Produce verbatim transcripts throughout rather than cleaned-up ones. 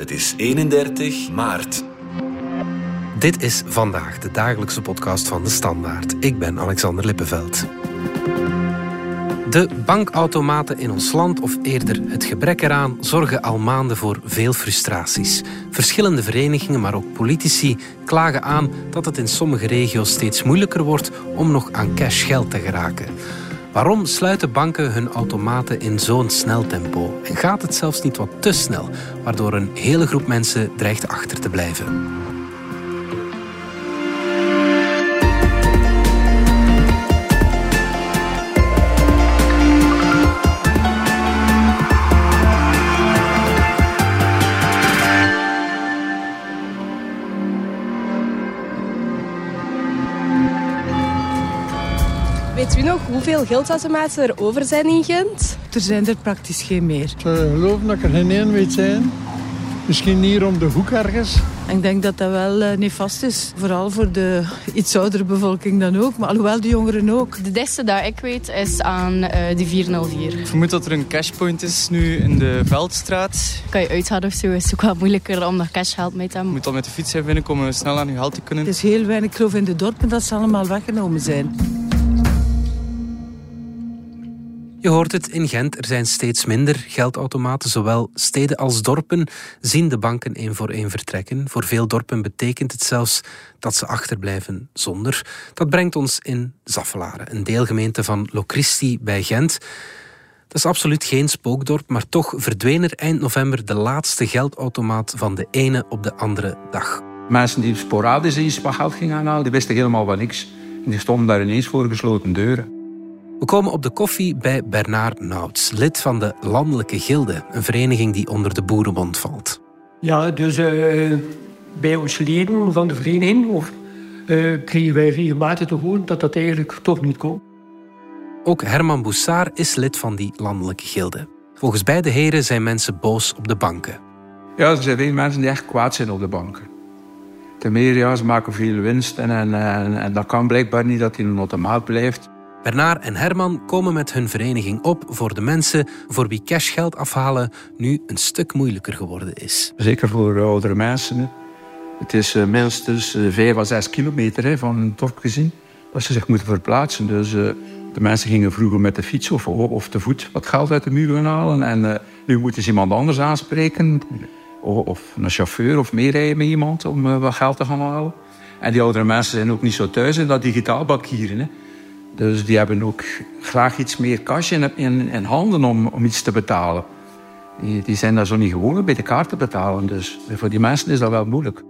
Het is eenendertig maart. Dit is Vandaag, de dagelijkse podcast van De Standaard. Ik ben Alexander Lippenveld. De bankautomaten in ons land, of eerder het gebrek eraan, zorgen al maanden voor veel frustraties. Verschillende verenigingen, maar ook politici, klagen aan dat het in sommige regio's steeds moeilijker wordt om nog aan cash geld te geraken. Waarom sluiten banken hun automaten in zo'n snel tempo? En gaat het zelfs niet wat te snel, waardoor een hele groep mensen dreigt achter te blijven? Weet u nog hoeveel geldautomaten er over zijn in Gent? Er zijn er praktisch geen meer. Ik zou geloven dat ik er geen één weet zijn. Misschien hier om de hoek ergens. Ik denk dat dat wel uh, nefast is. Vooral voor de iets oudere bevolking dan ook. Maar alhoewel de jongeren ook. De dichtste dat ik weet is aan uh, de vierhonderdvier. Ik vermoed dat er een cashpoint is nu in de Veldstraat. Kan je uitgaan of zo, is het ook wel moeilijker om daar cashgeld mee te hebben. Je moet al met de fiets even binnenkomen om snel aan je geld te kunnen. Het is heel weinig, ik geloof in de dorpen dat ze allemaal weggenomen zijn. Je hoort het in Gent, er zijn steeds minder geldautomaten. Zowel steden als dorpen zien de banken één voor één vertrekken. Voor veel dorpen betekent het zelfs dat ze achterblijven zonder. Dat brengt ons in Zaffelaren, een deelgemeente van Locristi bij Gent. Dat is absoluut geen spookdorp, maar toch verdween er eind november de laatste geldautomaat van de ene op de andere dag. Mensen die sporadisch iets wat geld gingen aanhalen, die wisten helemaal van niks. En die stonden daar ineens voor gesloten deuren. We komen op de koffie bij Bernard Nouts, lid van de Landelijke Gilde, een vereniging die onder de Boerenbond valt. Ja, dus uh, bij ons leden van de vereniging of, uh, kregen wij regelmatig te horen dat dat eigenlijk toch niet kon. Ook Herman Boussard is lid van die Landelijke Gilde. Volgens beide heren zijn mensen boos op de banken. Ja, er zijn veel mensen die echt kwaad zijn op de banken. Ten meer, ja, ze maken veel winst en, en, en, en dat kan blijkbaar niet dat hij een automaat blijft. Bernard en Herman komen met hun vereniging op voor de mensen voor wie cashgeld afhalen nu een stuk moeilijker geworden is. Zeker voor oudere mensen. Hè. Het is uh, minstens uh, vijf à zes kilometer hè, van een dorp gezien dat ze zich moeten verplaatsen. Dus uh, de mensen gingen vroeger met de fiets of, of te voet wat geld uit de muur gaan halen. En uh, nu moeten ze iemand anders aanspreken. Of, of een chauffeur of meerijden met iemand om uh, wat geld te gaan halen. En die oudere mensen zijn ook niet zo thuis in dat digitaal bankieren. Hè. Dus die hebben ook graag iets meer cash in, in, in handen om, om iets te betalen. Die, die zijn daar zo niet gewoon bij de kaart te betalen. Dus voor die mensen is dat wel moeilijk.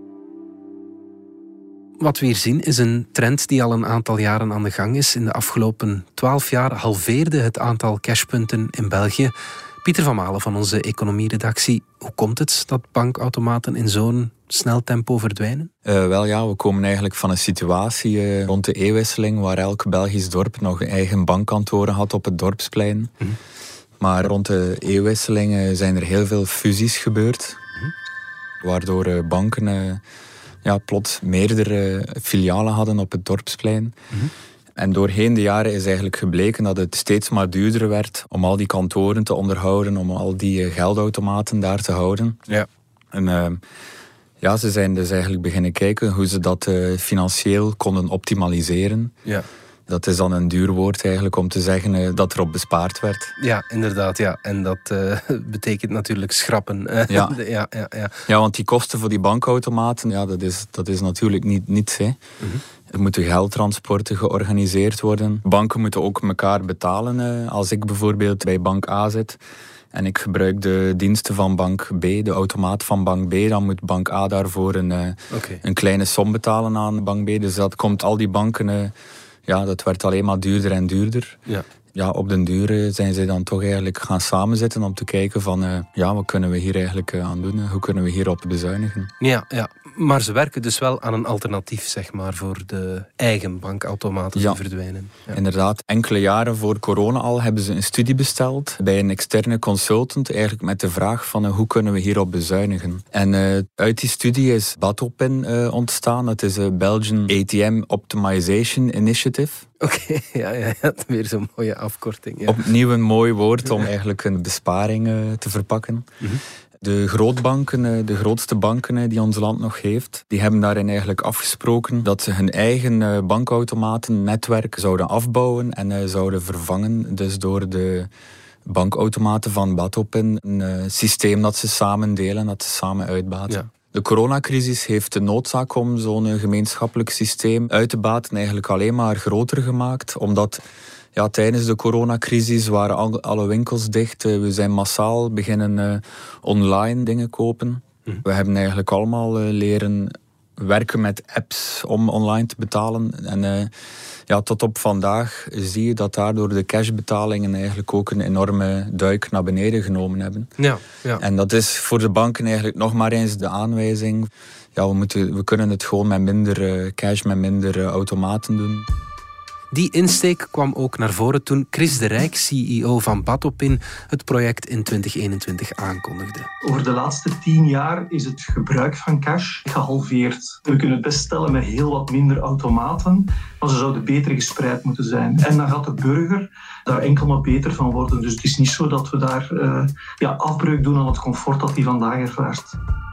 Wat we hier zien is een trend die al een aantal jaren aan de gang is. In de afgelopen twaalf jaar halveerde het aantal cashpunten in België. Pieter van Malen van onze economieredactie. Hoe komt het dat bankautomaten in zo'n snel tempo verdwijnen? Uh, wel ja, we komen eigenlijk van een situatie uh, rond de eeuwwisseling waar elk Belgisch dorp nog een eigen bankkantoren had op het dorpsplein. Mm-hmm. Maar rond de eeuwwisseling uh, zijn er heel veel fusies gebeurd. Mm-hmm. Waardoor uh, banken uh, ja, plots meerdere filialen hadden op het dorpsplein. Mm-hmm. En doorheen de jaren is eigenlijk gebleken dat het steeds maar duurder werd om al die kantoren te onderhouden, om al die geldautomaten daar te houden. Ja. En uh, ja, ze zijn dus eigenlijk beginnen kijken hoe ze dat uh, financieel konden optimaliseren. Ja. Dat is dan een duur woord eigenlijk om te zeggen uh, dat erop bespaard werd. Ja, inderdaad. Ja. En dat uh, betekent natuurlijk schrappen. Uh, ja. ja, ja, ja. ja, want die kosten voor die bankautomaten, ja, dat is, dat is natuurlijk niet niets. Hè. Mm-hmm. Er moeten geldtransporten georganiseerd worden. Banken moeten ook elkaar betalen. Uh, als ik bijvoorbeeld bij bank A zit en ik gebruik de diensten van bank B, de automaat van bank B, dan moet bank A daarvoor een, uh, okay. een kleine som betalen aan bank B. Dus dat komt al die banken... Uh, Ja, dat werd alleen maar duurder en duurder. Ja. Ja, op den duur zijn ze dan toch eigenlijk gaan samenzitten om te kijken van... Uh, ja, wat kunnen we hier eigenlijk uh, aan doen? Hoe kunnen we hierop bezuinigen? Ja, ja, maar ze werken dus wel aan een alternatief, zeg maar, voor de eigen bankautomaten die ja. verdwijnen. Ja. Inderdaad. Enkele jaren voor corona al hebben ze een studie besteld bij een externe consultant, eigenlijk met de vraag van uh, hoe kunnen we hierop bezuinigen? En uh, uit die studie is Batopin uh, ontstaan. Dat is een Belgian A T M Optimization Initiative. Oké, okay, ja, ja, ja, weer zo'n mooie afkorting. Ja. Opnieuw een mooi woord om eigenlijk een besparing uh, te verpakken. Mm-hmm. De grootbanken, de grootste banken die ons land nog heeft, die hebben daarin eigenlijk afgesproken dat ze hun eigen bankautomatennetwerk zouden afbouwen en zouden vervangen dus door de bankautomaten van Batopin, een systeem dat ze samen delen, dat ze samen uitbaten. Ja. De coronacrisis heeft de noodzaak om zo'n gemeenschappelijk systeem uit te baten eigenlijk alleen maar groter gemaakt, omdat ja, tijdens de coronacrisis waren al, alle winkels dicht. We zijn massaal beginnen uh, online dingen kopen. Mm. We hebben eigenlijk allemaal uh, leren werken met apps om online te betalen. En uh, ja, tot op vandaag zie je dat daardoor de cashbetalingen eigenlijk ook een enorme duik naar beneden genomen hebben. Ja, ja. En dat is voor de banken eigenlijk nog maar eens de aanwijzing. Ja, we, moeten, we kunnen het gewoon met minder uh, cash, met minder uh, automaten doen. Die insteek kwam ook naar voren toen Chris de Rijk, C E O van Batopin, het project in twintig eenentwintig aankondigde. Over de laatste tien jaar is het gebruik van cash gehalveerd. We kunnen het best stellen met heel wat minder automaten, maar ze zouden beter gespreid moeten zijn. En dan gaat de burger daar enkel maar beter van worden. Dus het is niet zo dat we daar uh, ja, afbreuk doen aan het comfort dat hij vandaag ervaart.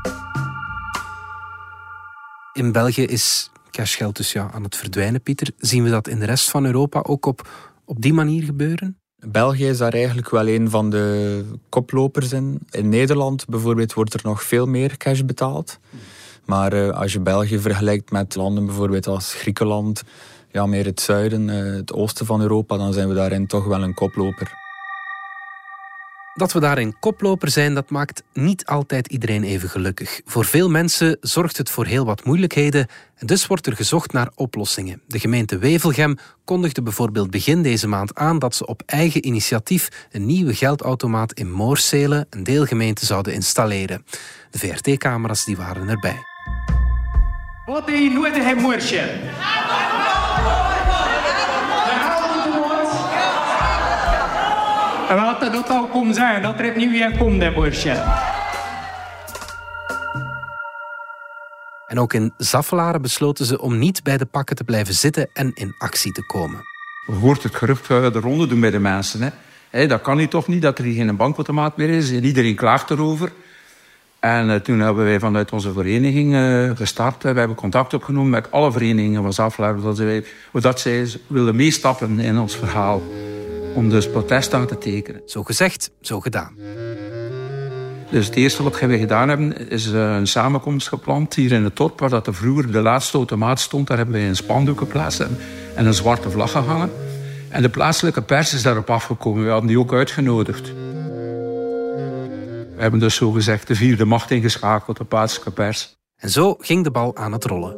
In België is cashgeld dus ja, aan het verdwijnen, Pieter. Zien we dat in de rest van Europa ook op, op die manier gebeuren? België is daar eigenlijk wel een van de koplopers in. In Nederland bijvoorbeeld wordt er nog veel meer cash betaald. Maar uh, als je België vergelijkt met landen bijvoorbeeld als Griekenland, ja, meer het zuiden, uh, het oosten van Europa, dan zijn we daarin toch wel een koploper. Dat we daarin koploper zijn, dat maakt niet altijd iedereen even gelukkig. Voor veel mensen zorgt het voor heel wat moeilijkheden en dus wordt er gezocht naar oplossingen. De gemeente Wevelgem kondigde bijvoorbeeld begin deze maand aan dat ze op eigen initiatief een nieuwe geldautomaat in Moorsele, een deelgemeente, zouden installeren. De V R T-camera's die waren erbij. Wat doe je nooit in Moorsele? En wat dat ook al komt zijn, dat er niet weer komt, hè, Moorsele. En ook in Zaffelaren besloten ze om niet bij de pakken te blijven zitten en in actie te komen. Je hoort het gerucht de ronde doen bij de mensen. Hè. Hey, dat kan niet toch niet, dat er hier geen bankautomaat meer is. En iedereen klaagt erover. En uh, toen hebben wij vanuit onze vereniging uh, gestart. Uh, we hebben contact opgenomen met alle verenigingen van Zaffelaren, zodat zij, zodat zij willen meestappen in ons verhaal. Om dus protest aan te tekenen. Zo gezegd, zo gedaan. Dus het eerste wat we gedaan hebben, is een samenkomst gepland hier in het dorp, waar dat er vroeger de laatste automaat stond. Daar hebben wij een spandoek geplaatst en een zwarte vlag gehangen. En de plaatselijke pers is daarop afgekomen. We hadden die ook uitgenodigd. We hebben dus zogezegd de vierde macht ingeschakeld, de plaatselijke pers. En zo ging de bal aan het rollen.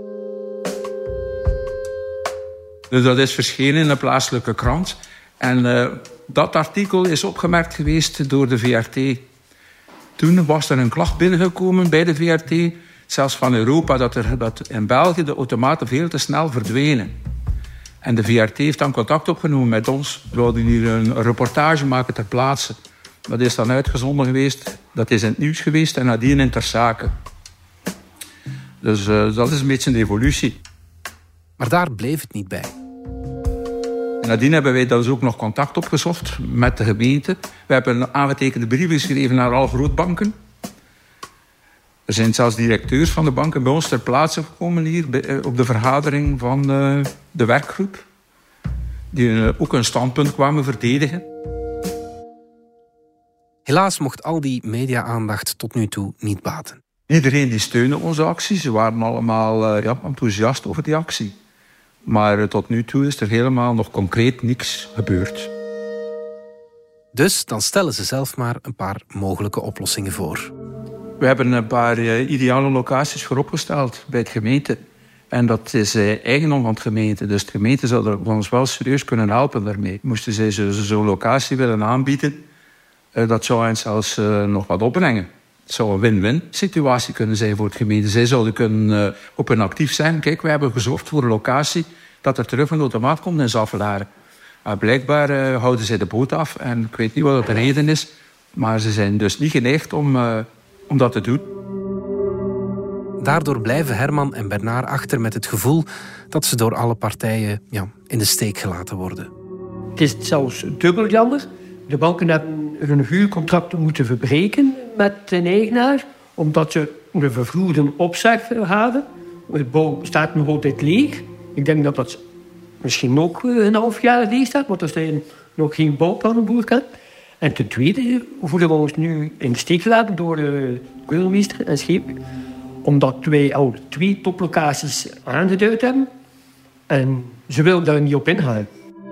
Dus dat is verschenen in een plaatselijke krant. En uh, dat artikel is opgemerkt geweest door de V R T. Toen was er een klacht binnengekomen bij de V R T, zelfs van Europa, dat, er, dat in België de automaten veel te snel verdwenen. En de V R T heeft dan contact opgenomen met ons. We wilden hier een reportage maken ter plaatse. Dat is dan uitgezonden geweest, dat is in het nieuws geweest en nadien in ter zake. Dus uh, dat is een beetje een evolutie. Maar daar bleef het niet bij. En nadien hebben wij dus ook nog contact opgezocht met de gemeente. We hebben een aangetekende brief geschreven naar alle grootbanken. Er zijn zelfs directeurs van de banken bij ons ter plaatse gekomen hier op de vergadering van de werkgroep. Die ook een standpunt kwamen verdedigen. Helaas mocht al die media-aandacht tot nu toe niet baten. Iedereen die steunde onze actie. Ze waren allemaal ja, enthousiast over die actie. Maar tot nu toe is er helemaal nog concreet niks gebeurd. Dus dan stellen ze zelf maar een paar mogelijke oplossingen voor. We hebben een paar uh, ideale locaties vooropgesteld bij het gemeente. En dat is uh, eigendom van het gemeente. Dus de gemeente zou er ons wel serieus kunnen helpen daarmee. Moesten zij zo'n zo locatie willen aanbieden, uh, dat zou hen zelfs uh, nog wat opbrengen. Het zou een win-win situatie kunnen zijn voor het gemeente. Zij zouden kunnen uh, op hun actief zijn. Kijk, wij hebben gezorgd voor een locatie dat er terug een automaat komt in Zaffelaren. Uh, blijkbaar uh, houden zij de boot af. En ik weet niet wat de reden is. Maar ze zijn dus niet geneigd om, uh, om dat te doen. Daardoor blijven Herman en Bernard achter met het gevoel dat ze door alle partijen ja, in de steek gelaten worden. Het is zelfs dubbel jammer. De banken hebben hun huurcontracten moeten verbreken met de eigenaar, omdat ze een vervroegde opzeg hadden. Het bouw staat nog altijd leeg. Ik denk dat dat misschien ook een half jaar leeg staat, want er zijn nog geen bouwplannen bovenkant. En ten tweede voelen we ons nu in de steek gelaten door de burgemeester en Scheep, omdat wij al twee toplocaties aangeduid hebben. En ze willen daar niet op ingaan.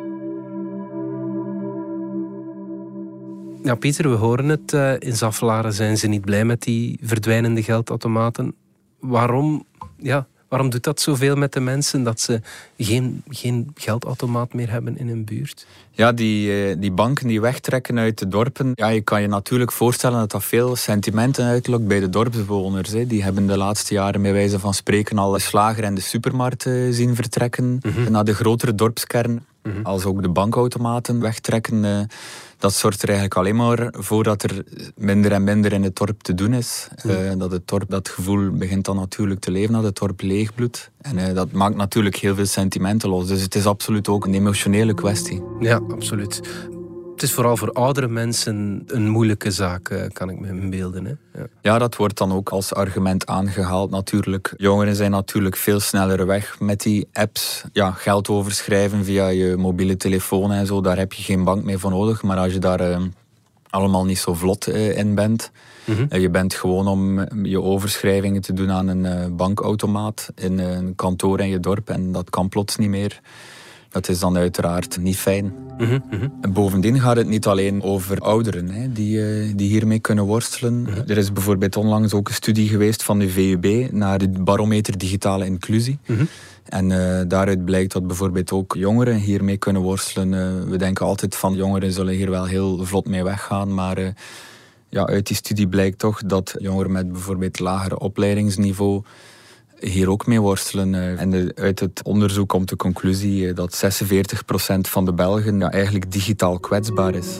Ja, Pieter, we horen het. Uh, in Zaffelaren zijn ze niet blij met die verdwijnende geldautomaten. Waarom, ja, waarom doet dat zoveel met de mensen, dat ze geen, geen geldautomaat meer hebben in hun buurt? Ja, die, die banken die wegtrekken uit de dorpen, ja, je kan je natuurlijk voorstellen dat dat veel sentimenten uitlokt bij de dorpsbewoners. Hè. Die hebben de laatste jaren bij wijze van spreken al de slager en de supermarkt uh, zien vertrekken mm-hmm. naar de grotere dorpskern. Mm-hmm. Als ook de bankautomaten wegtrekken. Uh, dat zorgt er eigenlijk alleen maar voor dat er minder en minder in het dorp te doen is. Mm. Uh, dat het dorp, dat gevoel begint dan natuurlijk te leven, dat het dorp leegbloedt. En uh, dat maakt natuurlijk heel veel sentimenten los. Dus het is absoluut ook een emotionele kwestie. Ja, absoluut. Het is vooral voor oudere mensen een moeilijke zaak, kan ik me inbeelden. Hè? Ja. ja, dat wordt dan ook als argument aangehaald natuurlijk. Jongeren zijn natuurlijk veel sneller weg met die apps. Ja, geld overschrijven via je mobiele telefoon en zo, daar heb je geen bank meer voor nodig. Maar als je daar uh, allemaal niet zo vlot uh, in bent, mm-hmm. uh, je bent gewoon om je overschrijvingen te doen aan een uh, bankautomaat in uh, een kantoor in je dorp en dat kan plots niet meer. Dat is dan uiteraard niet fijn. Mm-hmm, mm-hmm. Bovendien gaat het niet alleen over ouderen hè, die, uh, die hiermee kunnen worstelen. Mm-hmm. Er is bijvoorbeeld onlangs ook een studie geweest van de V U B naar de barometer digitale inclusie. Mm-hmm. En uh, daaruit blijkt dat bijvoorbeeld ook jongeren hiermee kunnen worstelen. Uh, we denken altijd van jongeren zullen hier wel heel vlot mee weggaan, maar uh, ja, uit die studie blijkt toch dat jongeren met bijvoorbeeld lager opleidingsniveau hier ook mee worstelen. En de, uit het onderzoek komt de conclusie dat zesenveertig procent van de Belgen ja, eigenlijk digitaal kwetsbaar is.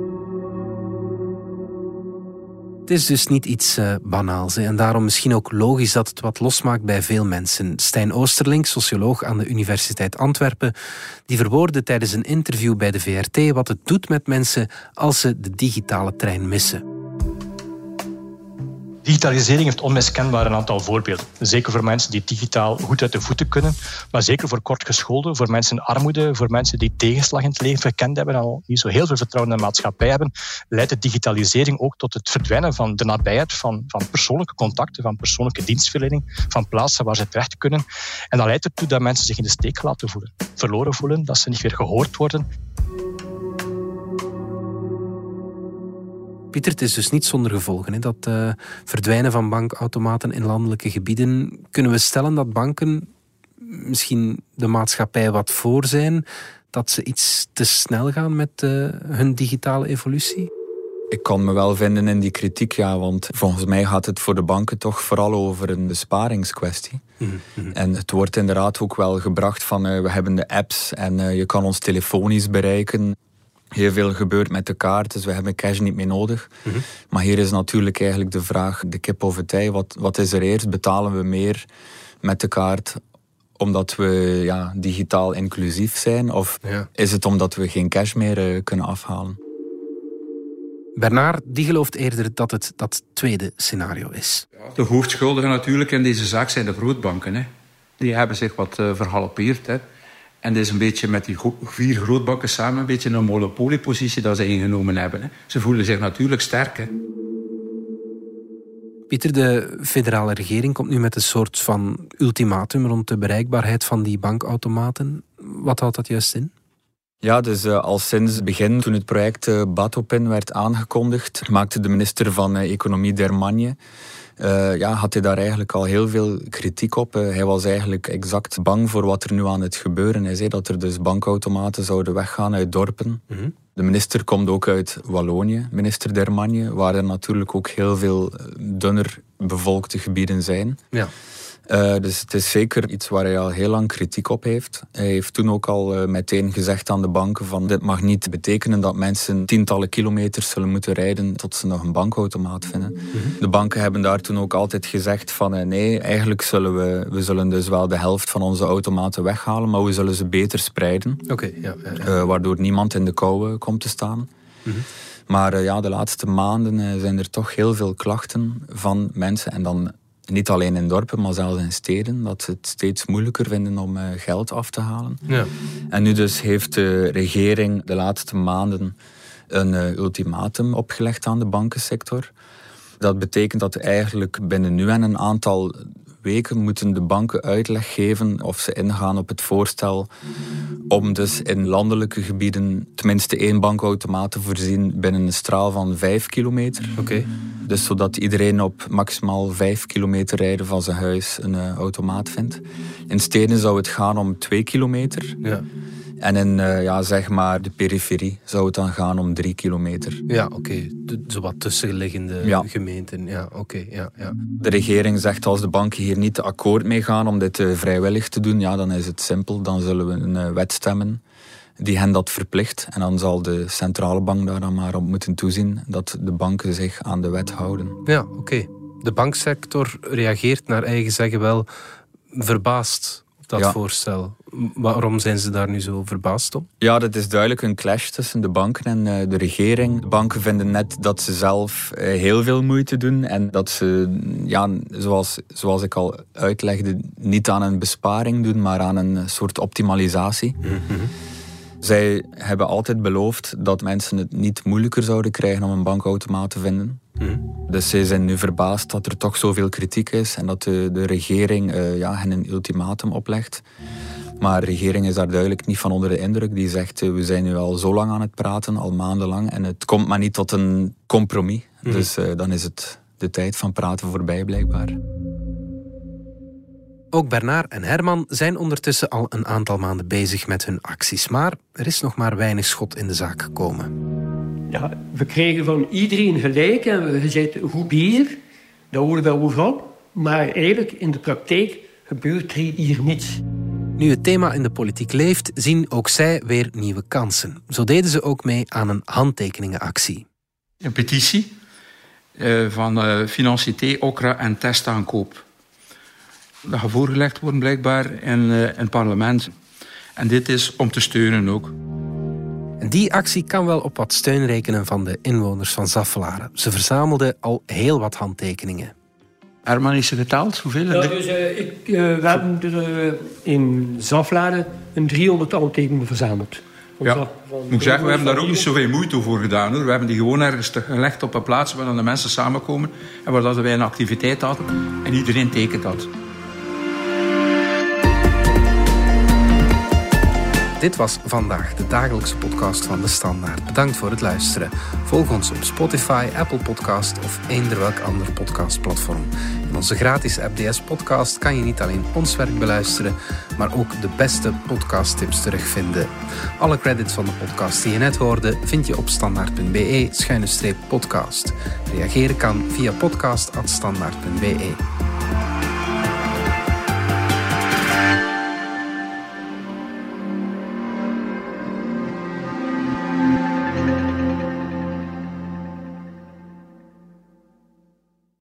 Het is dus niet iets uh, banaals. Hè? En daarom misschien ook logisch dat het wat losmaakt bij veel mensen. Stijn Oosterlink, socioloog aan de Universiteit Antwerpen, die verwoordde tijdens een interview bij de V R T wat het doet met mensen als ze de digitale trein missen. Digitalisering heeft onmiskenbaar een aantal voorbeelden. Zeker voor mensen die digitaal goed uit de voeten kunnen, maar zeker voor kortgescholden, voor mensen in armoede, voor mensen die tegenslag in het leven gekend hebben en al niet zo heel veel vertrouwen in de maatschappij hebben, leidt de digitalisering ook tot het verdwijnen van de nabijheid, van, van persoonlijke contacten, van persoonlijke dienstverlening, van plaatsen waar ze terecht kunnen. En dat leidt ertoe dat mensen zich in de steek laten voelen, verloren voelen, dat ze niet meer gehoord worden. Pieter, het is dus niet zonder gevolgen. Hè? Dat uh, verdwijnen van bankautomaten in landelijke gebieden. Kunnen we stellen dat banken misschien de maatschappij wat voor zijn? Dat ze iets te snel gaan met uh, hun digitale evolutie? Ik kan me wel vinden in die kritiek, ja, want volgens mij gaat het voor de banken toch vooral over een besparingskwestie. Mm-hmm. En het wordt inderdaad ook wel gebracht van uh, we hebben de apps en uh, je kan ons telefonisch bereiken. Heel veel gebeurt met de kaart, dus we hebben cash niet meer nodig. Mm-hmm. Maar hier is natuurlijk eigenlijk de vraag, de kip of het ei. Wat, wat is er eerst? Betalen we meer met de kaart omdat we ja, digitaal inclusief zijn? Of ja. is het omdat we geen cash meer uh, kunnen afhalen? Bernard, die gelooft eerder dat het dat tweede scenario is. De hoofdschuldigen natuurlijk in deze zaak zijn de grootbanken. Hè. Die hebben zich wat uh, verhalpeerd, hè. En dit is een beetje met die vier grootbanken samen een beetje een monopoliepositie dat ze ingenomen hebben. Hè. Ze voelen zich natuurlijk sterk. Hè. Pieter, de federale regering komt nu met een soort van ultimatum rond de bereikbaarheid van die bankautomaten. Wat houdt dat juist in? Ja, dus uh, al sinds het begin, toen het project uh, Batopin werd aangekondigd, maakte de minister van uh, Economie Dermagne Uh, ja, had hij daar eigenlijk al heel veel kritiek op. Uh, hij was eigenlijk exact bang voor wat er nu aan het gebeuren is. Hè, dat er dus bankautomaten zouden weggaan uit dorpen. Mm-hmm. De minister komt ook uit Wallonië, minister Dermagne, waar er natuurlijk ook heel veel dunner bevolkte gebieden zijn. Ja. Uh, dus het is zeker iets waar hij al heel lang kritiek op heeft. Hij heeft toen ook al uh, meteen gezegd aan de banken van dit mag niet betekenen dat mensen tientallen kilometers zullen moeten rijden tot ze nog een bankautomaat vinden. Mm-hmm. De banken hebben daar toen ook altijd gezegd van uh, nee, eigenlijk zullen we, we zullen dus wel de helft van onze automaten weghalen, maar we zullen ze beter spreiden. Okay, ja, ja, ja. Uh, waardoor niemand in de kou uh, komt te staan. Mm-hmm. Maar uh, ja, de laatste maanden uh, zijn er toch heel veel klachten van mensen. En dan niet alleen in dorpen, maar zelfs in steden. Dat ze het steeds moeilijker vinden om uh, geld af te halen. Ja. En nu dus heeft de regering de laatste maanden een uh, ultimatum opgelegd aan de bankensector. Dat betekent dat eigenlijk binnen nu en een aantal weken moeten de banken uitleg geven of ze ingaan op het voorstel om dus in landelijke gebieden tenminste één bankautomaat te voorzien binnen een straal van vijf kilometer. Okay. Dus zodat iedereen op maximaal vijf kilometer rijden van zijn huis een uh, automaat vindt. In steden zou het gaan om twee kilometer. Ja. En in uh, ja, zeg maar de periferie zou het dan gaan om drie kilometer. Ja, oké. Okay. Zowat tussenliggende ja. gemeenten. Ja, oké. Okay. Ja, ja. De regering zegt als de banken hier niet akkoord mee gaan om dit uh, vrijwillig te doen, ja, dan is het simpel. Dan zullen we een uh, wet stemmen die hen dat verplicht. En dan zal de centrale bank daar dan maar op moeten toezien dat de banken zich aan de wet houden. Ja, oké. Okay. De banksector reageert naar eigen zeggen wel verbaasd op dat ja. voorstel. Waarom zijn ze daar nu zo verbaasd op? Ja, dat is duidelijk een clash tussen de banken en uh, de regering. De banken vinden net dat ze zelf uh, heel veel moeite doen en dat ze, ja, zoals, zoals ik al uitlegde, niet aan een besparing doen, maar aan een soort optimalisatie. Mm-hmm. Zij hebben altijd beloofd dat mensen het niet moeilijker zouden krijgen om een bankautomaat te vinden. Mm. Dus zij zijn nu verbaasd dat er toch zoveel kritiek is en dat de, de regering uh, ja, hen een ultimatum oplegt. Maar de regering is daar duidelijk niet van onder de indruk. Die zegt, uh, we zijn nu al zo lang aan het praten, al maandenlang, en het komt maar niet tot een compromis. Mm. Dus uh, dan is het de tijd van praten voorbij, blijkbaar. Ook Bernard en Herman zijn ondertussen al een aantal maanden bezig met hun acties. Maar er is nog maar weinig schot in de zaak gekomen. Ja, we krijgen van iedereen gelijk en we zijn goed bezig. Dat horen we overal. Maar eigenlijk in de praktijk gebeurt er hier niets. Nu het thema in de politiek leeft, zien ook zij weer nieuwe kansen. Zo deden ze ook mee aan een handtekeningenactie. Een petitie uh, van uh, Financité, Okra en Testaankoop. Dat gaat voorgelegd worden blijkbaar in, uh, in het parlement. En dit is om te steunen ook. En die actie kan wel op wat steun rekenen van de inwoners van Zaffelaren. Ze verzamelden al heel wat handtekeningen. Herman is er geteld? Hoeveel? Ja, dus, uh, ik, uh, we hebben er uh, in Zaffelaren een driehonderd handtekeningen verzameld. Ja, ik moet zeggen, we hebben daar ook niet zoveel moeite voor gedaan, hoor. We hebben die gewoon ergens gelegd op een plaats waar dan de mensen samenkomen en waar dat wij een activiteit hadden en iedereen tekent dat. Dit was vandaag de dagelijkse podcast van De Standaard. Bedankt voor het luisteren. Volg ons op Spotify, Apple Podcast of eender welk ander podcastplatform. In onze gratis app D S Podcast kan je niet alleen ons werk beluisteren, maar ook de beste podcasttips terugvinden. Alle credits van de podcast die je net hoorde vind je op standaard.be schuine streep podcast. Reageren kan via podcast apenstaartje standaard punt be.